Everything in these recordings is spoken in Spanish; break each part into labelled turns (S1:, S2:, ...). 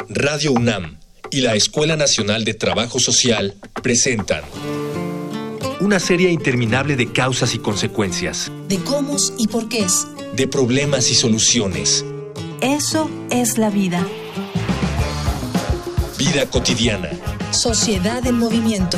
S1: Radio UNAM y la Escuela Nacional de Trabajo Social presentan una serie interminable de causas y consecuencias,
S2: de cómo y por qué,
S1: de problemas y soluciones.
S2: Eso es la vida.
S1: Vida cotidiana.
S2: Sociedad en movimiento.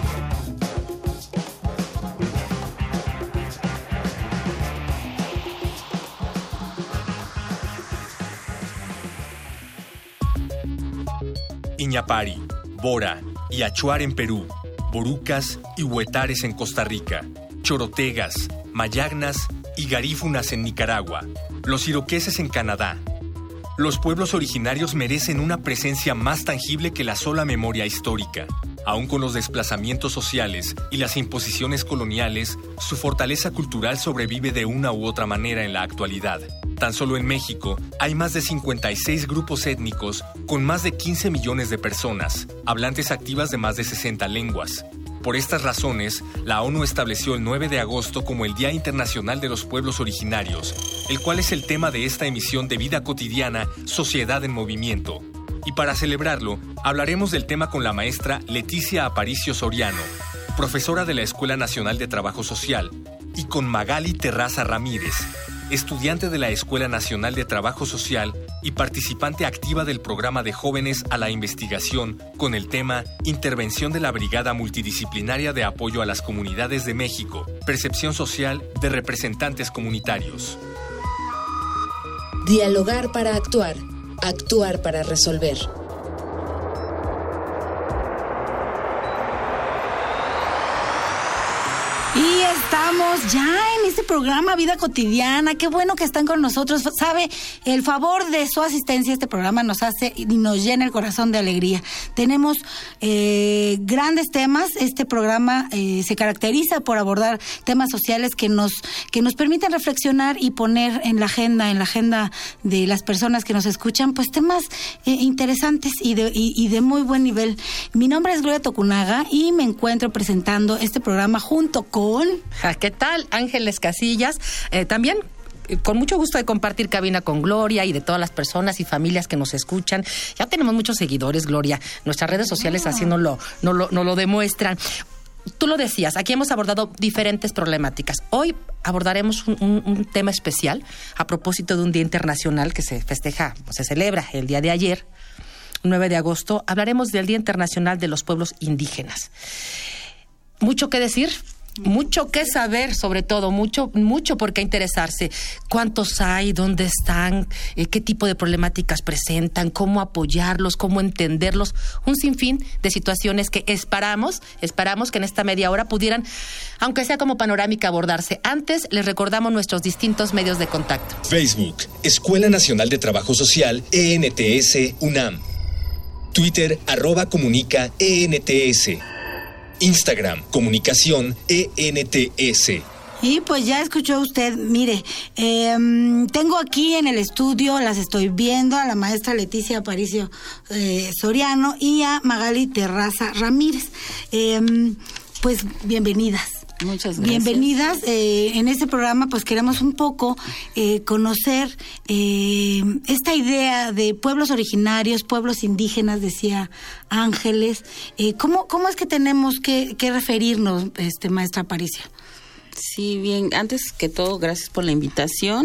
S1: Iñapari, Bora y Achuar en Perú, Borucas y Huetares en Costa Rica, Chorotegas, Mayagnas y Garífunas en Nicaragua, los iroqueses en Canadá. Los pueblos originarios merecen una presencia más tangible que la sola memoria histórica. Aún con los desplazamientos sociales y las imposiciones coloniales, su fortaleza cultural sobrevive de una u otra manera en la actualidad. Tan solo en México hay más de 56 grupos étnicos con más de 15 millones de personas, hablantes activas de más de 60 lenguas. Por estas razones, la ONU estableció el 9 de agosto como el Día Internacional de los Pueblos Originarios, el cual es el tema de esta emisión de Vida Cotidiana, Sociedad en Movimiento. Y para celebrarlo, hablaremos del tema con la maestra Leticia Aparicio Soriano, profesora de la Escuela Nacional de Trabajo Social, y con Magali Terraza Ramírez, estudiante de la Escuela Nacional de Trabajo Social y participante activa del programa de Jóvenes a la Investigación con el tema Intervención de la Brigada Multidisciplinaria de Apoyo a las Comunidades de México, Percepción Social de Representantes Comunitarios.
S2: Dialogar para actuar, actuar para resolver.
S3: Y estamos ya en este programa Vida Cotidiana. Qué bueno que están con nosotros. Sabe, el favor de su asistencia a este programa nos hace y nos llena el corazón de alegría. Tenemos grandes temas. Este programa se caracteriza por abordar temas sociales que nos permiten reflexionar y poner en la agenda de las personas que nos escuchan, pues temas interesantes y de muy buen nivel. Mi nombre es Gloria Tokunaga y me encuentro presentando este programa junto con...
S4: ¿Qué tal? Ángeles Casillas. También con mucho gusto de compartir cabina con Gloria y de todas las personas y familias que nos escuchan. Ya tenemos muchos seguidores, Gloria. Nuestras redes sociales así nos lo demuestran. Tú lo decías, aquí hemos abordado diferentes problemáticas. Hoy abordaremos un tema especial a propósito de un Día Internacional que se festeja, se celebra el día de ayer, 9 de agosto. Hablaremos del Día Internacional de los Pueblos Indígenas. Mucho que decir, mucho que saber, sobre todo, mucho por qué interesarse. ¿Cuántos hay? ¿Dónde están? ¿Qué tipo de problemáticas presentan? ¿Cómo apoyarlos? ¿Cómo entenderlos? Un sinfín de situaciones que esperamos que en esta media hora pudieran, aunque sea como panorámica, abordarse. Antes, les recordamos nuestros distintos medios de contacto.
S1: Facebook, Escuela Nacional de Trabajo Social, ENTS, UNAM. Twitter, @comunica, ENTS. Instagram, Comunicación, ENTS.
S3: Y pues ya escuchó usted, mire, tengo aquí en el estudio, las estoy viendo, a la maestra Leticia Aparicio Soriano y a Magali Terraza Ramírez. Pues bienvenidas.
S4: Muchas gracias.
S3: Bienvenidas. En este programa pues queremos un poco conocer esta idea de pueblos originarios, pueblos indígenas, decía Ángeles. ¿Cómo es que tenemos que referirnos, maestra Aparicio?
S5: Sí, bien, antes que todo, gracias por la invitación.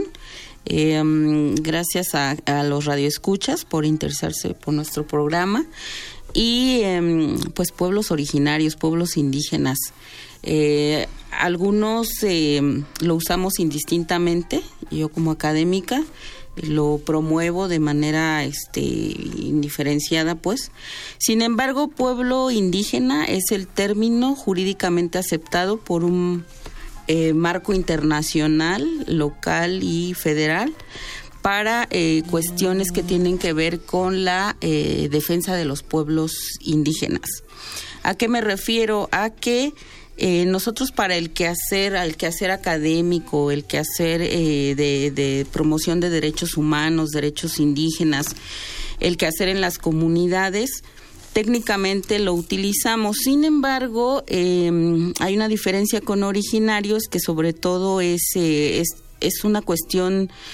S5: Gracias a los radioescuchas por interesarse por nuestro programa. Y pues pueblos originarios, pueblos indígenas. Algunos lo usamos indistintamente. Yo como académica lo promuevo de manera indiferenciada, pues. Sin embargo, pueblo indígena es el término jurídicamente aceptado por un marco internacional, local y federal para cuestiones que tienen que ver con la defensa de los pueblos indígenas. ¿A qué me refiero? A que nosotros para el quehacer académico, el quehacer de promoción de derechos humanos, derechos indígenas, el quehacer en las comunidades, técnicamente lo utilizamos. Sin embargo, hay una diferencia con originarios que sobre todo es una cuestión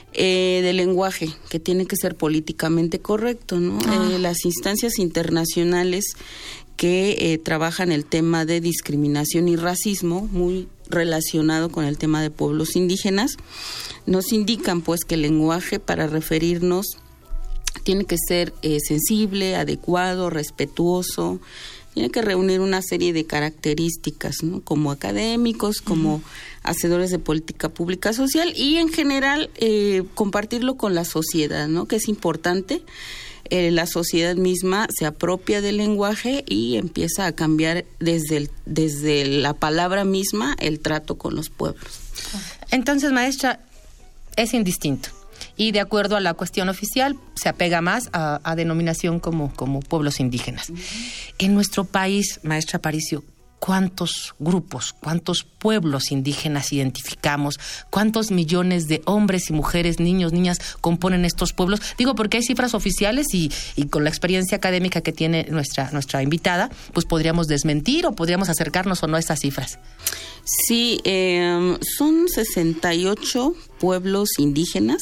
S5: del lenguaje, que tiene que ser políticamente correcto, ¿no? Las instancias internacionales que trabajan el tema de discriminación y racismo, muy relacionado con el tema de pueblos indígenas, nos indican pues que el lenguaje para referirnos tiene que ser sensible, adecuado, respetuoso, tiene que reunir una serie de características, ¿no? Como académicos, como hacedores de política pública social y en general compartirlo con la sociedad, ¿no? Que es importante. La sociedad misma se apropia del lenguaje y empieza a cambiar desde la palabra misma el trato con los pueblos.
S4: Entonces, maestra, es indistinto. Y de acuerdo a la cuestión oficial, se apega más a denominación como pueblos indígenas. En nuestro país, maestra Aparicio, ¿cuántos grupos, cuántos pueblos indígenas identificamos? ¿Cuántos millones de hombres y mujeres, niños, niñas componen estos pueblos? Digo, porque hay cifras oficiales y con la experiencia académica que tiene nuestra invitada, pues podríamos desmentir o podríamos acercarnos o no a estas cifras.
S5: Sí, son 68 pueblos indígenas.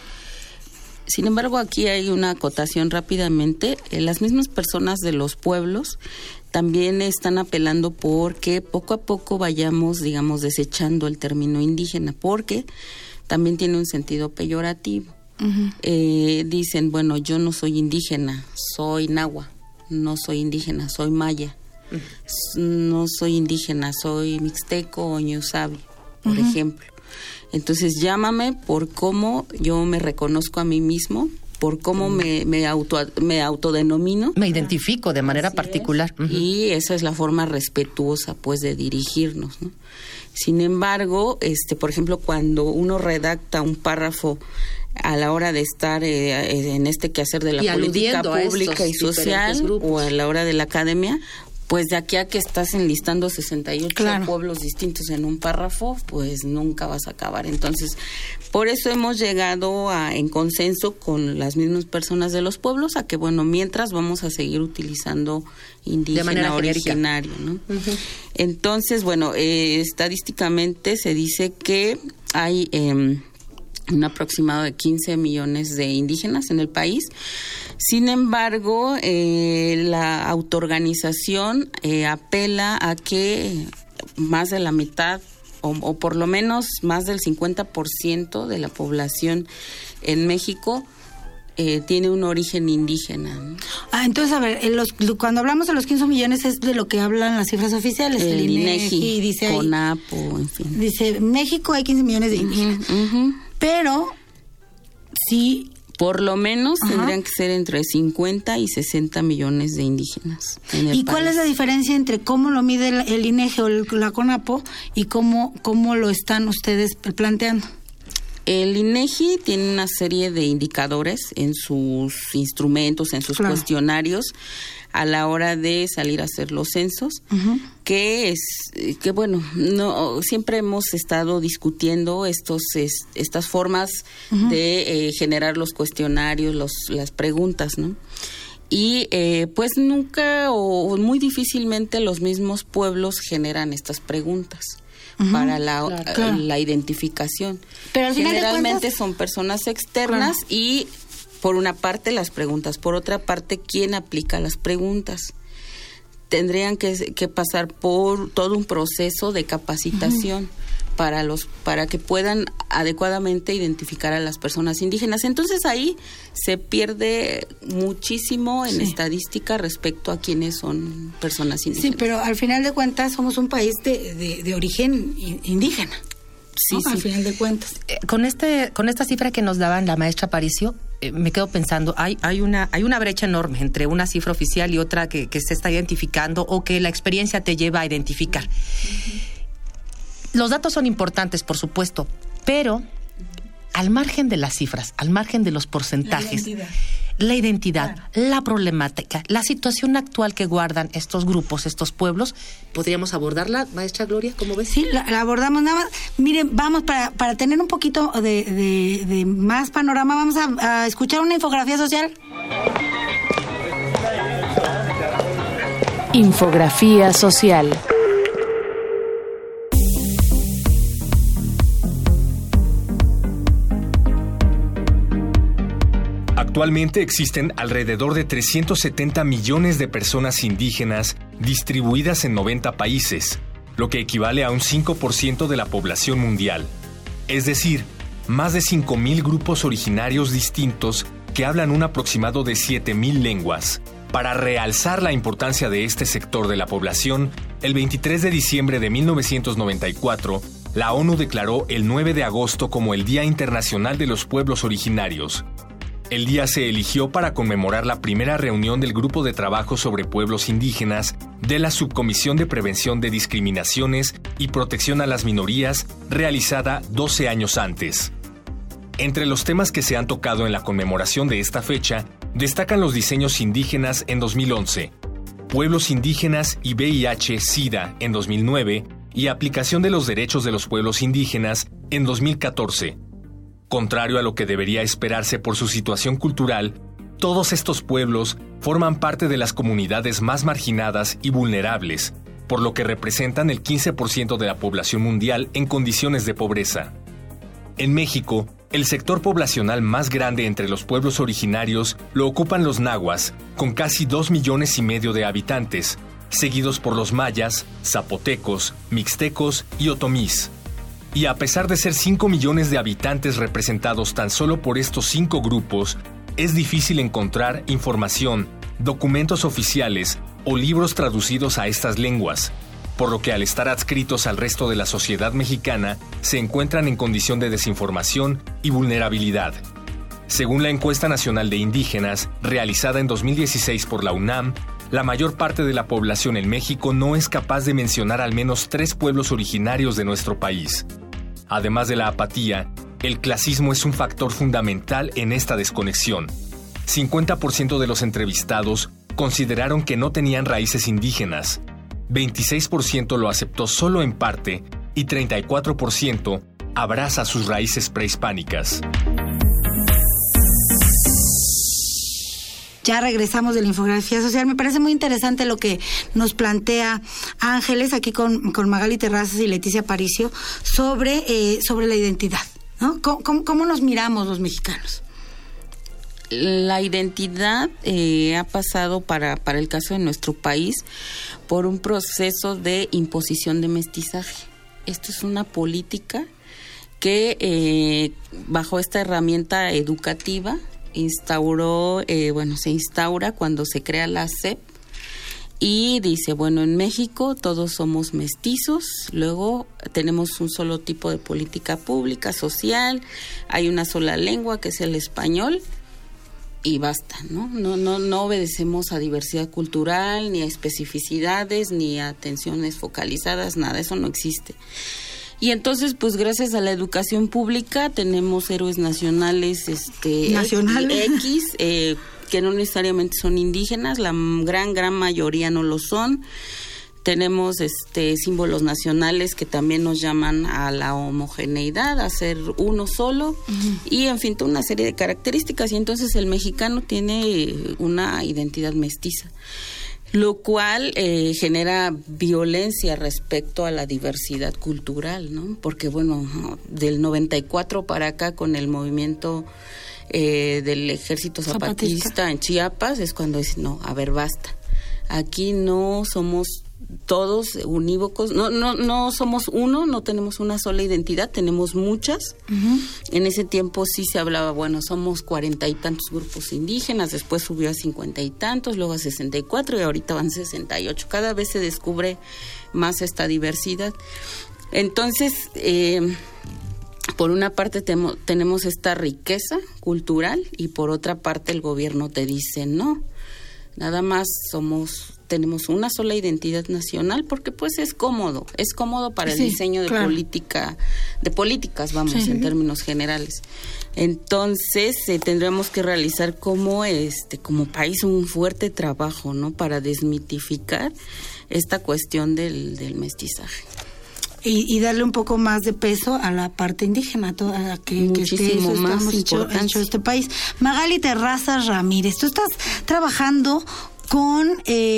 S5: Sin embargo, aquí hay una acotación rápidamente. Las mismas personas de los pueblos también están apelando porque poco a poco vayamos, digamos, desechando el término indígena, porque también tiene un sentido peyorativo. Dicen, bueno, yo no soy indígena, soy náhuatl, no soy indígena, soy maya, no soy indígena, soy mixteco o ñusabi, por ejemplo. Entonces, llámame por cómo yo me reconozco a mí mismo, por cómo me autodenomino.
S4: Me identifico de manera particular.
S5: Y esa es la forma respetuosa, pues, de dirigirnos, ¿no? Sin embargo, por ejemplo, cuando uno redacta un párrafo a la hora de estar en este quehacer de la política pública y social o a la hora de la academia, pues de aquí a que estás enlistando 68 pueblos distintos en un párrafo, pues nunca vas a acabar. Entonces, por eso hemos llegado en consenso con las mismas personas de los pueblos a que, bueno, mientras vamos a seguir utilizando indígena originario, ¿no? Entonces, bueno, estadísticamente se dice que hay un aproximado de 15 millones de indígenas en el país. Sin embargo, la autoorganización apela a que más de la mitad o por lo menos más del 50% de la población en México tiene un origen indígena, ¿no?
S3: Entonces, a ver, cuando hablamos de los 15 millones es de lo que hablan las cifras oficiales.
S5: El INEGI, dice CONAPO, en fin.
S3: Dice, México hay 15 millones de indígenas. Pero, sí...
S5: Por lo menos tendrían que ser entre 50 y 60 millones de indígenas en el
S3: ¿Y
S5: país.
S3: cuál es la diferencia entre cómo lo mide el INEGI o la CONAPO y cómo lo están ustedes planteando?
S5: El INEGI tiene una serie de indicadores en sus instrumentos, en sus cuestionarios a la hora de salir a hacer los censos, que bueno, no siempre hemos estado discutiendo estas formas de generar los cuestionarios, las preguntas, ¿no? Y pues nunca o muy difícilmente los mismos pueblos generan estas preguntas para la identificación. Pero al final generalmente son personas externas y por una parte las preguntas, por otra parte quién aplica las preguntas. Tendrían que pasar por todo un proceso de capacitación para que puedan adecuadamente identificar a las personas indígenas. Entonces ahí se pierde muchísimo en estadística respecto a quiénes son personas indígenas.
S3: Sí, pero al final de cuentas somos un país de origen indígena.
S5: Sí,
S3: ¿no? Al final de cuentas.
S4: Con esta cifra que nos daban la maestra Aparicio, me quedo pensando, hay una brecha enorme entre una cifra oficial y otra que se está identificando o que la experiencia te lleva a identificar. Los datos son importantes, por supuesto, pero al margen de las cifras, al margen de los porcentajes, la identidad, la problemática, la situación actual que guardan estos grupos, estos pueblos, ¿podríamos abordarla, maestra Gloria? ¿Cómo ves?
S3: Sí, la abordamos nada más. Miren, vamos, para tener un poquito de más panorama, vamos a escuchar una infografía social.
S2: Infografía social.
S1: Actualmente existen alrededor de 370 millones de personas indígenas distribuidas en 90 países, lo que equivale a un 5% de la población mundial. Es decir, más de 5.000 grupos originarios distintos que hablan un aproximado de 7.000 lenguas. Para realzar la importancia de este sector de la población, el 23 de diciembre de 1994, la ONU declaró el 9 de agosto como el Día Internacional de los Pueblos Originarios. El día se eligió para conmemorar la primera reunión del Grupo de Trabajo sobre Pueblos Indígenas de la Subcomisión de Prevención de Discriminaciones y Protección a las Minorías, realizada 12 años antes. Entre los temas que se han tocado en la conmemoración de esta fecha, destacan los diseños indígenas en 2011, pueblos indígenas y VIH-Sida en 2009 y aplicación de los derechos de los pueblos indígenas en 2014. Contrario a lo que debería esperarse por su situación cultural, todos estos pueblos forman parte de las comunidades más marginadas y vulnerables, por lo que representan el 15% de la población mundial en condiciones de pobreza. En México, el sector poblacional más grande entre los pueblos originarios lo ocupan los nahuas, con casi 2,5 millones de habitantes, seguidos por los mayas, zapotecos, mixtecos y otomís. Y a pesar de ser 5 millones de habitantes representados tan solo por estos 5 grupos, es difícil encontrar información, documentos oficiales o libros traducidos a estas lenguas, por lo que al estar adscritos al resto de la sociedad mexicana, se encuentran en condición de desinformación y vulnerabilidad. Según la Encuesta Nacional de Indígenas, realizada en 2016 por la UNAM, la mayor parte de la población en México no es capaz de mencionar al menos 3 pueblos originarios de nuestro país. Además de la apatía, el clasismo es un factor fundamental en esta desconexión. 50% de los entrevistados consideraron que no tenían raíces indígenas, 26% lo aceptó solo en parte y 34% abraza sus raíces prehispánicas.
S3: Ya regresamos de la infografía social. Me parece muy interesante lo que nos plantea Ángeles aquí con Magali Terrazas y Leticia Aparicio sobre la identidad, ¿no? ¿Cómo nos miramos los mexicanos?
S5: La identidad ha pasado para el caso de nuestro país por un proceso de imposición de mestizaje. Esto es una política que bajo esta herramienta educativa se instaura cuando se crea la SEP y dice, bueno, en México todos somos mestizos, luego tenemos un solo tipo de política pública, social, hay una sola lengua que es el español y basta, ¿no? No obedecemos a diversidad cultural, ni a especificidades, ni a atenciones focalizadas, nada, eso no existe. Y entonces, pues gracias a la educación pública tenemos héroes nacionales, X, que no necesariamente son indígenas, la gran mayoría no lo son. Tenemos símbolos nacionales que también nos llaman a la homogeneidad, a ser uno solo, uh-huh. Y en fin, toda una serie de características. Y entonces el mexicano tiene una identidad mestiza, lo cual genera violencia respecto a la diversidad cultural, ¿no? Porque, bueno, del 94 para acá, con el movimiento del ejército zapatista en Chiapas, es cuando dicen, no, a ver, basta. Aquí no somos todos unívocos, no somos uno, no tenemos una sola identidad, tenemos muchas. Uh-huh. En ese tiempo sí se hablaba, bueno, somos 40 y tantos grupos indígenas, después subió a 50 y tantos, luego a 64 y ahorita van 68. Cada vez se descubre más esta diversidad. Entonces, por una parte tenemos esta riqueza cultural y por otra parte el gobierno te dice no, nada más tenemos una sola identidad nacional porque pues es cómodo para el diseño de políticas, vamos, en términos generales. Entonces tendremos que realizar como país un fuerte trabajo, ¿no? Para desmitificar esta cuestión del mestizaje.
S3: Y darle un poco más de peso a la parte indígena, toda que
S5: muchísimo más
S3: hecho este país. Magali Terrazas Ramírez, tú estás trabajando con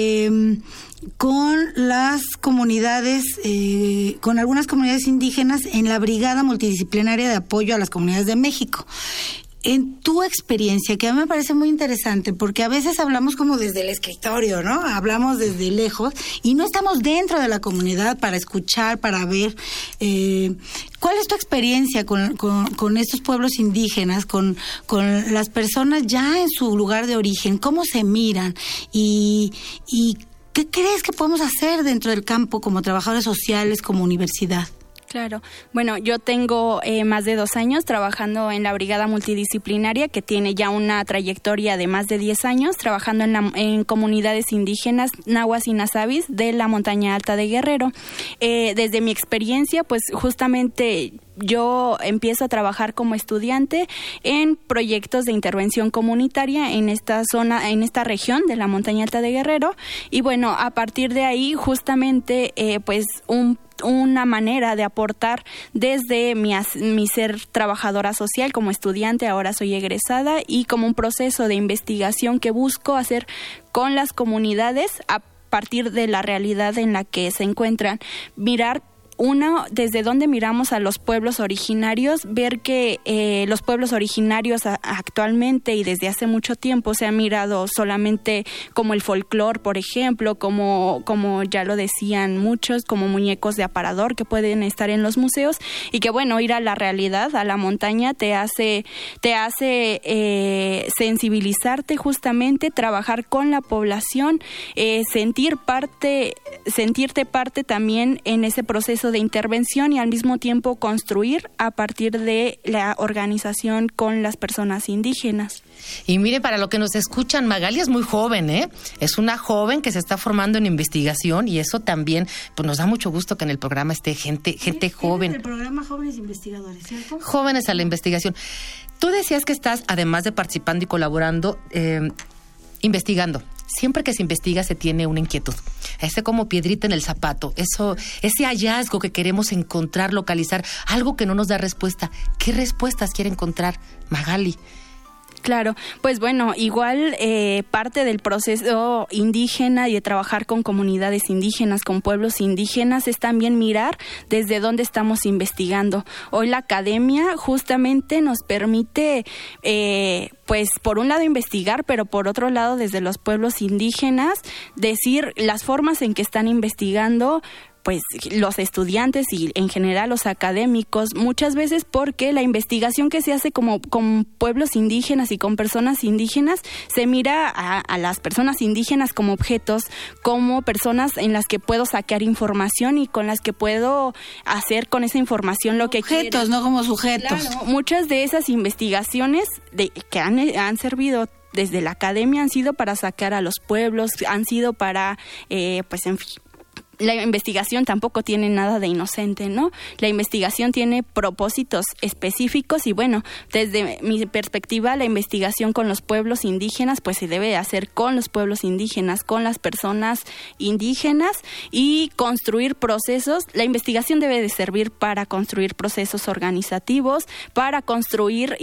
S3: las comunidades, con algunas comunidades indígenas en la Brigada Multidisciplinaria de Apoyo a las Comunidades de México. en tu experiencia, que a mí me parece muy interesante, porque a veces hablamos como desde el escritorio, ¿no? Hablamos desde lejos y no estamos dentro de la comunidad para escuchar, para ver. ¿Cuál es tu experiencia con estos pueblos indígenas, con las personas ya en su lugar de origen? ¿Cómo se miran? ¿Y qué crees que podemos hacer dentro del campo como trabajadores sociales, como universidad?
S6: Claro. Bueno, yo tengo más de 2 años trabajando en la Brigada Multidisciplinaria, que tiene ya una trayectoria de más de 10 años, trabajando en comunidades indígenas nahuas y nazabis de la Montaña Alta de Guerrero. Desde mi experiencia, pues justamente yo empiezo a trabajar como estudiante en proyectos de intervención comunitaria en esta zona, en esta región de la Montaña Alta de Guerrero. Y bueno, a partir de ahí, justamente, pues una manera de aportar desde mi ser trabajadora social como estudiante, ahora soy egresada, y como un proceso de investigación que busco hacer con las comunidades a partir de la realidad en la que se encuentran. Mirar desde dónde miramos a los pueblos originarios, ver que los pueblos originarios actualmente y desde hace mucho tiempo se ha mirado solamente como el folclore, por ejemplo, como ya lo decían muchos, como muñecos de aparador que pueden estar en los museos, y que bueno, ir a la realidad, a la montaña, te hace sensibilizarte justamente, trabajar con la población, sentirte parte también en ese proceso de intervención y al mismo tiempo construir a partir de la organización con las personas indígenas.
S4: Y mire, para lo que nos escuchan, Magali es muy joven, ¿eh? Es una joven que se está formando en investigación, y eso también, pues nos da mucho gusto que en el programa esté gente joven.
S3: El programa Jóvenes Investigadores, ¿cierto?
S4: Jóvenes a la investigación. Tú decías que estás, además de participando y colaborando, investigando. Siempre que se investiga se tiene una inquietud. Como piedrita en el zapato. Ese hallazgo que queremos encontrar, localizar, algo que no nos da respuesta. ¿Qué respuestas quiere encontrar Magali?
S6: Claro, pues bueno, igual parte del proceso indígena y de trabajar con comunidades indígenas, con pueblos indígenas, es también mirar desde dónde estamos investigando. Hoy la academia justamente nos permite, pues por un lado investigar, pero por otro lado desde los pueblos indígenas decir las formas en que están investigando, pues los estudiantes y en general los académicos, muchas veces porque la investigación que se hace como con pueblos indígenas y con personas indígenas, se mira a las personas indígenas como objetos, como personas en las que puedo sacar información y con las que puedo hacer con esa información lo que quiera.
S3: Objetos, no como sujetos.
S6: Claro, muchas de esas investigaciones que han servido desde la academia han sido para sacar a los pueblos, han sido para, pues en fin. La investigación tampoco tiene nada de inocente, ¿no? La investigación tiene propósitos específicos y bueno, desde mi perspectiva, la investigación con los pueblos indígenas pues se debe hacer con los pueblos indígenas, con las personas indígenas y construir procesos. La investigación debe de servir para construir procesos organizativos, para construir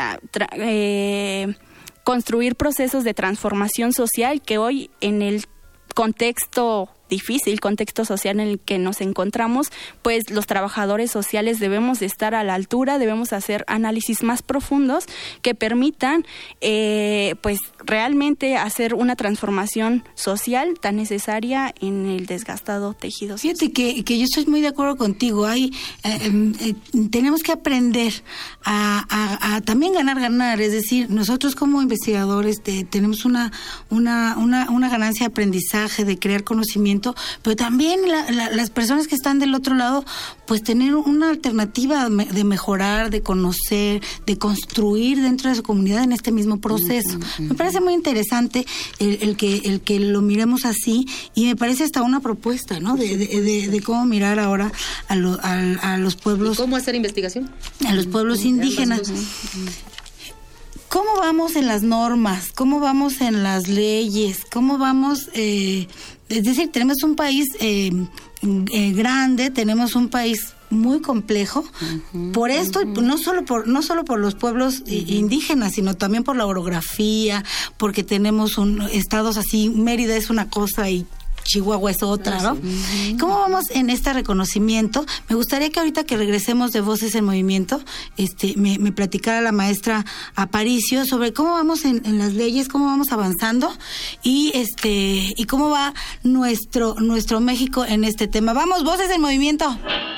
S6: construir procesos de transformación social que hoy en el contexto difícil, contexto social en el que nos encontramos, pues los trabajadores sociales debemos de estar a la altura, debemos hacer análisis más profundos que permitan pues realmente hacer una transformación social tan necesaria en el desgastado tejido social.
S3: Fíjate que yo estoy muy de acuerdo contigo. Tenemos que aprender a también ganar, es decir, nosotros como investigadores tenemos una ganancia de aprendizaje, de crear conocimiento, pero también las personas que están del otro lado, pues tener una alternativa de mejorar, de conocer, de construir dentro de su comunidad en este mismo proceso. Me parece muy interesante el que lo miremos así, y me parece hasta una propuesta, ¿no? De cómo mirar ahora a los pueblos.
S4: ¿Y cómo hacer investigación?
S3: A los pueblos indígenas. ¿Cómo vamos en las normas? ¿Cómo vamos en las leyes? ¿Cómo vamos? Es decir, tenemos un país grande, tenemos un país muy complejo. Por esto, no solo por los pueblos indígenas, sino también por la orografía, porque tenemos estados así. Mérida es una cosa y Chihuahua es otra, ¿no? ¿Cómo vamos en este reconocimiento? Me gustaría que ahorita que regresemos de Voces en Movimiento, me platicara la maestra Aparicio sobre cómo vamos en las leyes, cómo vamos avanzando y cómo va nuestro México en este tema. Vamos, Voces en Movimiento.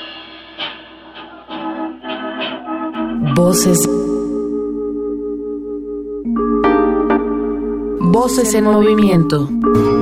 S2: Voces en movimiento.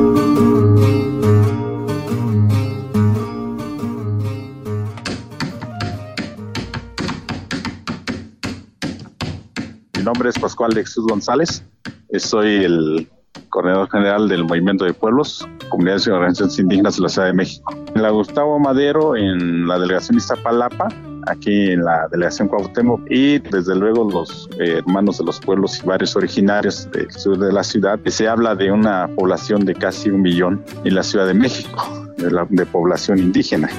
S7: Mi nombre es Pascual de Jesús González. Soy el coordinador general del Movimiento de Pueblos, Comunidades y Organizaciones Indígenas de la Ciudad de México. En la Gustavo Madero, en la delegación Iztapalapa, aquí en la delegación Cuauhtémoc, y desde luego los hermanos de los pueblos y barrios originarios del sur de la ciudad, que se habla de una población de casi 1 millón en la Ciudad de México, de población indígena.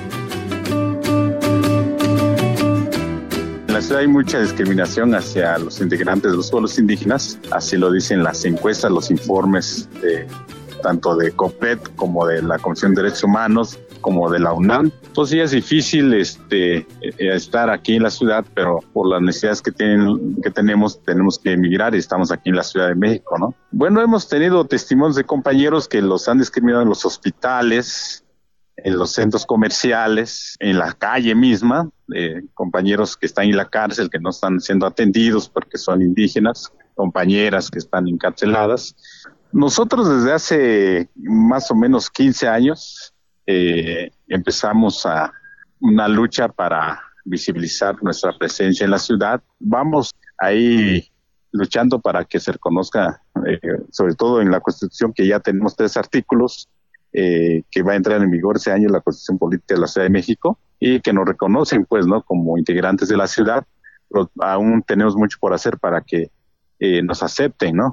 S7: En la ciudad hay mucha discriminación hacia los integrantes de los pueblos indígenas, así lo dicen las encuestas, los informes tanto de COPET como de la Comisión de Derechos Humanos, como de la UNAM. Entonces ya es difícil estar aquí en la ciudad, pero por las necesidades que tenemos que emigrar y estamos aquí en la Ciudad de México, ¿no? Bueno, hemos tenido testimonios de compañeros que los han discriminado en los hospitales, en los centros comerciales, en la calle misma, compañeros que están en la cárcel, que no están siendo atendidos porque son indígenas, compañeras que están encarceladas. Nosotros desde hace más o menos 15 años empezamos una lucha para visibilizar nuestra presencia en la ciudad. Vamos ahí luchando para que se reconozca, sobre todo en la Constitución, que ya tenemos 3 artículos, que va a entrar en vigor ese año la Constitución Política de la Ciudad de México, y que nos reconocen, pues, ¿no?, como integrantes de la ciudad, pero aún tenemos mucho por hacer para que nos acepten, ¿no?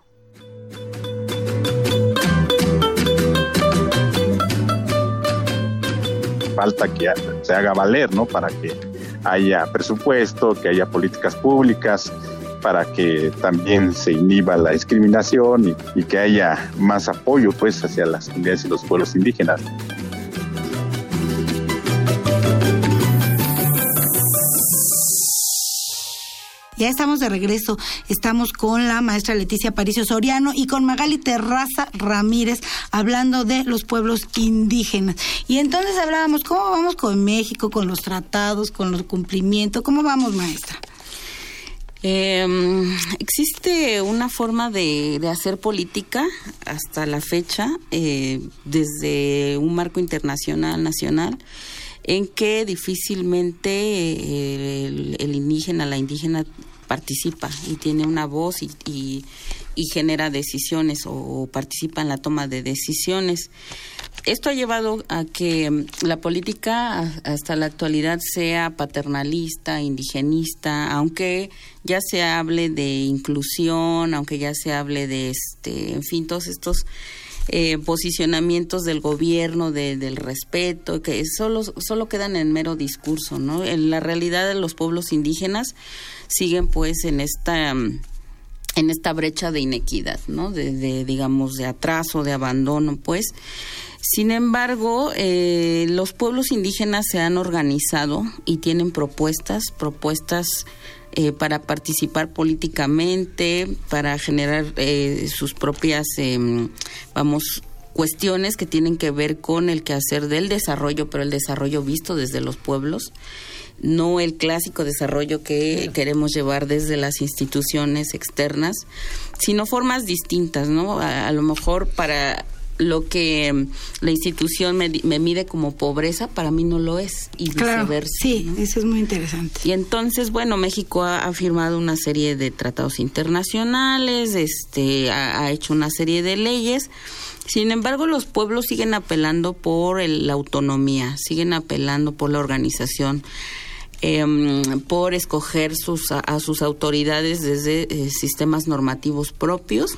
S7: Falta que se haga valer, ¿no?, para que haya presupuesto, que haya políticas públicas, para que también se inhiba la discriminación y que haya más apoyo, pues, hacia las comunidades y los pueblos indígenas.
S3: Ya estamos de regreso. Estamos con la maestra Leticia Aparicio Soriano y con Magali Terraza Ramírez hablando de los pueblos indígenas. Y entonces hablábamos, ¿cómo vamos con México, con los tratados, con los cumplimientos? ¿Cómo vamos, maestra?
S5: Existe una forma de hacer política hasta la fecha, desde un marco internacional, nacional, en que difícilmente el indígena, la indígena participa y tiene una voz y genera decisiones o participa en la toma de decisiones. Esto ha llevado a que la política hasta la actualidad sea paternalista, indigenista, aunque ya se hable de inclusión, aunque ya se hable de en fin, todos estos posicionamientos del gobierno, del respeto, que solo quedan en mero discurso, ¿no? En la realidad de los pueblos indígenas siguen, pues, en esta brecha de inequidad, ¿no? Digamos, de atraso, de abandono, pues. Sin embargo, los pueblos indígenas se han organizado y tienen propuestas para participar políticamente, para generar sus propias, cuestiones que tienen que ver con el quehacer del desarrollo, pero el desarrollo visto desde los pueblos, no el clásico desarrollo que queremos llevar desde las instituciones externas, sino formas distintas, ¿no? A lo mejor para lo que la institución me mide como pobreza, para mí no lo es, y viceversa.
S3: Claro, sí, ¿no? Eso es muy interesante.
S5: Y entonces, bueno, México ha firmado una serie de tratados internacionales, ha hecho una serie de leyes. Sin embargo, los pueblos siguen apelando por la autonomía, siguen apelando por la organización, por escoger a sus autoridades desde sistemas normativos propios,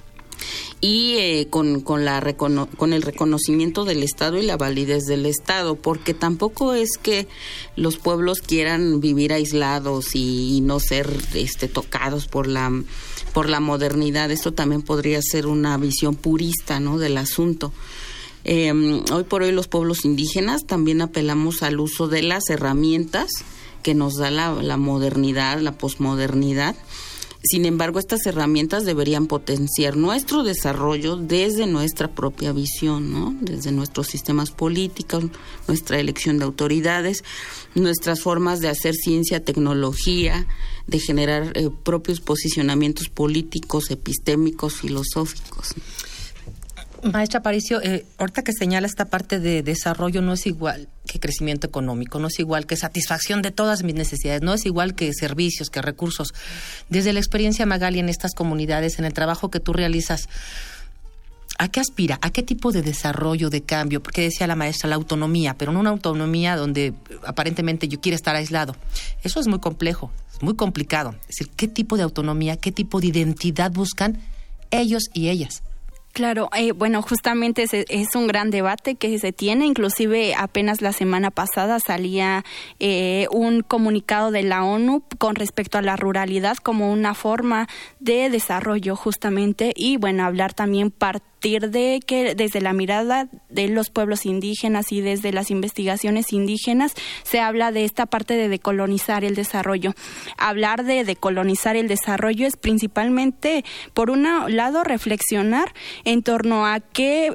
S5: y con el reconocimiento del Estado y la validez del Estado, porque tampoco es que los pueblos quieran vivir aislados y no ser tocados por la modernidad. Esto también podría ser una visión purista, ¿no?, del asunto. Hoy por hoy los pueblos indígenas también apelamos al uso de las herramientas que nos da la modernidad, la posmodernidad. Sin embargo, estas herramientas deberían potenciar nuestro desarrollo desde nuestra propia visión, ¿no? Desde nuestros sistemas políticos, nuestra elección de autoridades, nuestras formas de hacer ciencia, tecnología, de generar propios posicionamientos políticos, epistémicos, filosóficos.
S4: Maestra Aparicio, ahorita que señala esta parte de desarrollo, no es igual que crecimiento económico, no es igual que satisfacción de todas mis necesidades, no es igual que servicios, que recursos. Desde la experiencia, Magali, en estas comunidades, en el trabajo que tú realizas, ¿a qué aspira? ¿A qué tipo de desarrollo, de cambio? Porque decía la maestra, la autonomía, pero no una autonomía donde aparentemente yo quiero estar aislado. Eso es muy complejo, es muy complicado. Es decir, ¿qué tipo de autonomía, qué tipo de identidad buscan ellos y ellas?
S6: Claro, bueno, justamente es un gran debate que se tiene, inclusive apenas la semana pasada salía un comunicado de la ONU con respecto a la ruralidad como una forma de desarrollo justamente, y bueno, hablar también de que desde la mirada de los pueblos indígenas y desde las investigaciones indígenas se habla de esta parte de decolonizar el desarrollo. Hablar de decolonizar el desarrollo es principalmente, por un lado, reflexionar en torno a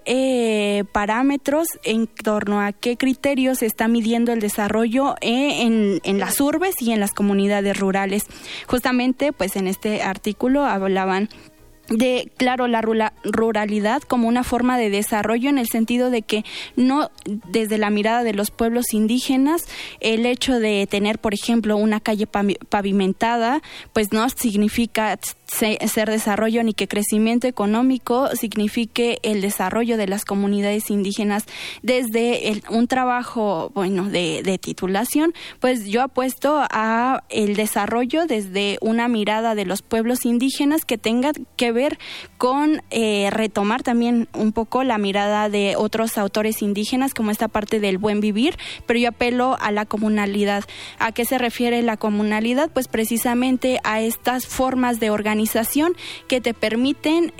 S6: qué parámetros, en torno a qué criterios se está midiendo el desarrollo en las urbes y en las comunidades rurales. Justamente, pues en este artículo hablaban de, claro, la ruralidad como una forma de desarrollo, en el sentido de que no, desde la mirada de los pueblos indígenas, el hecho de tener, por ejemplo, una calle pavimentada, pues no significa ser desarrollo, ni que crecimiento económico signifique el desarrollo de las comunidades indígenas. Desde un trabajo, bueno, de titulación, pues yo apuesto a el desarrollo desde una mirada de los pueblos indígenas que tenga que ver con retomar también un poco la mirada de otros autores indígenas, como esta parte del buen vivir, pero yo apelo a la comunalidad. ¿A qué se refiere la comunalidad? Pues precisamente a estas formas de organización que te permiten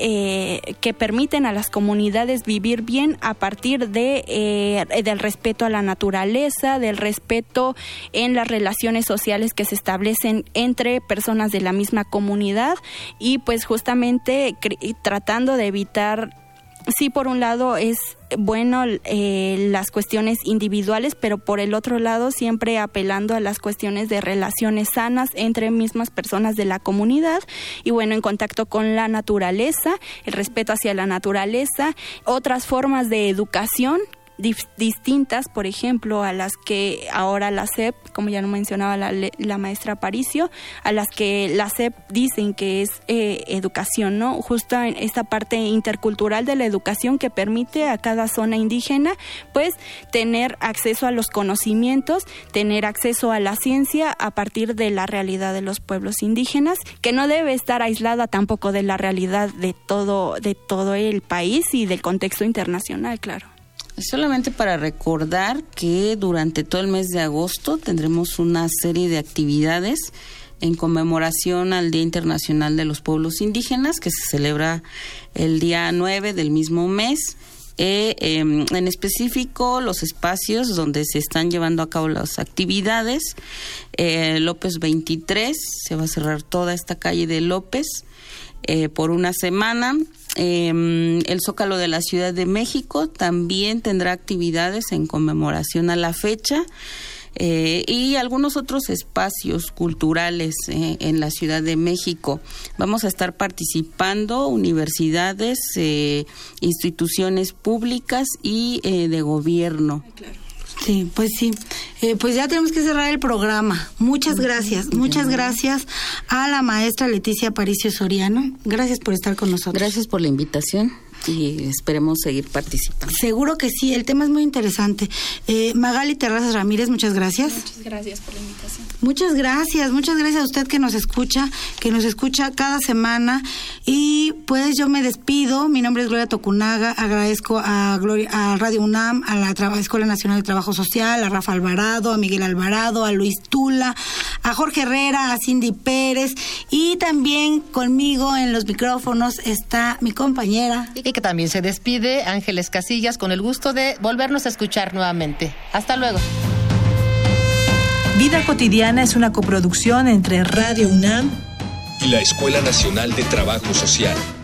S6: a las comunidades vivir bien a partir del respeto a la naturaleza, del respeto en las relaciones sociales que se establecen entre personas de la misma comunidad, y pues justamente tratando de evitar, sí, por un lado es bueno las cuestiones individuales, pero por el otro lado siempre apelando a las cuestiones de relaciones sanas entre mismas personas de la comunidad, y bueno, en contacto con la naturaleza, el respeto hacia la naturaleza, otras formas de educación distintas, por ejemplo, a las que ahora la SEP, como ya lo mencionaba la maestra Aparicio, a las que la SEP dicen que es educación, ¿no? Justo en esta parte intercultural de la educación que permite a cada zona indígena, pues, tener acceso a los conocimientos, tener acceso a la ciencia a partir de la realidad de los pueblos indígenas, que no debe estar aislada tampoco de la realidad de todo el país y del contexto internacional, claro.
S5: Solamente para recordar que durante todo el mes de agosto tendremos una serie de actividades en conmemoración al Día Internacional de los Pueblos Indígenas, que se celebra el día 9 del mismo mes. En específico, los espacios donde se están llevando a cabo las actividades. López 23, se va a cerrar toda esta calle de López por una semana. El Zócalo de la Ciudad de México también tendrá actividades en conmemoración a la fecha, y algunos otros espacios culturales en la Ciudad de México. Vamos a estar participando universidades, instituciones públicas y de gobierno.
S3: Claro. Sí, pues sí. Pues ya tenemos que cerrar el programa. Muchas gracias a la maestra Leticia Aparicio Soriano. Gracias por estar con nosotros.
S5: Gracias por la invitación y esperemos seguir participando.
S3: Seguro que sí, el tema es muy interesante. Magali Terrazas Ramírez, muchas gracias.
S6: Muchas gracias por la invitación.
S3: Muchas gracias a usted que nos escucha cada semana, y pues yo me despido. Mi nombre es Gloria Tocunaga, agradezco a Radio UNAM, a la Escuela Nacional de Trabajo Social, a Rafa Alvarado, a Miguel Alvarado, a Luis Tula, a Jorge Herrera, a Cindy Pérez, y también conmigo en los micrófonos está mi compañera
S4: Vicky que también se despide, Ángeles Casillas, con el gusto de volvernos a escuchar nuevamente. Hasta luego.
S8: Vida Cotidiana es una coproducción entre Radio UNAM
S1: y la Escuela Nacional de Trabajo Social.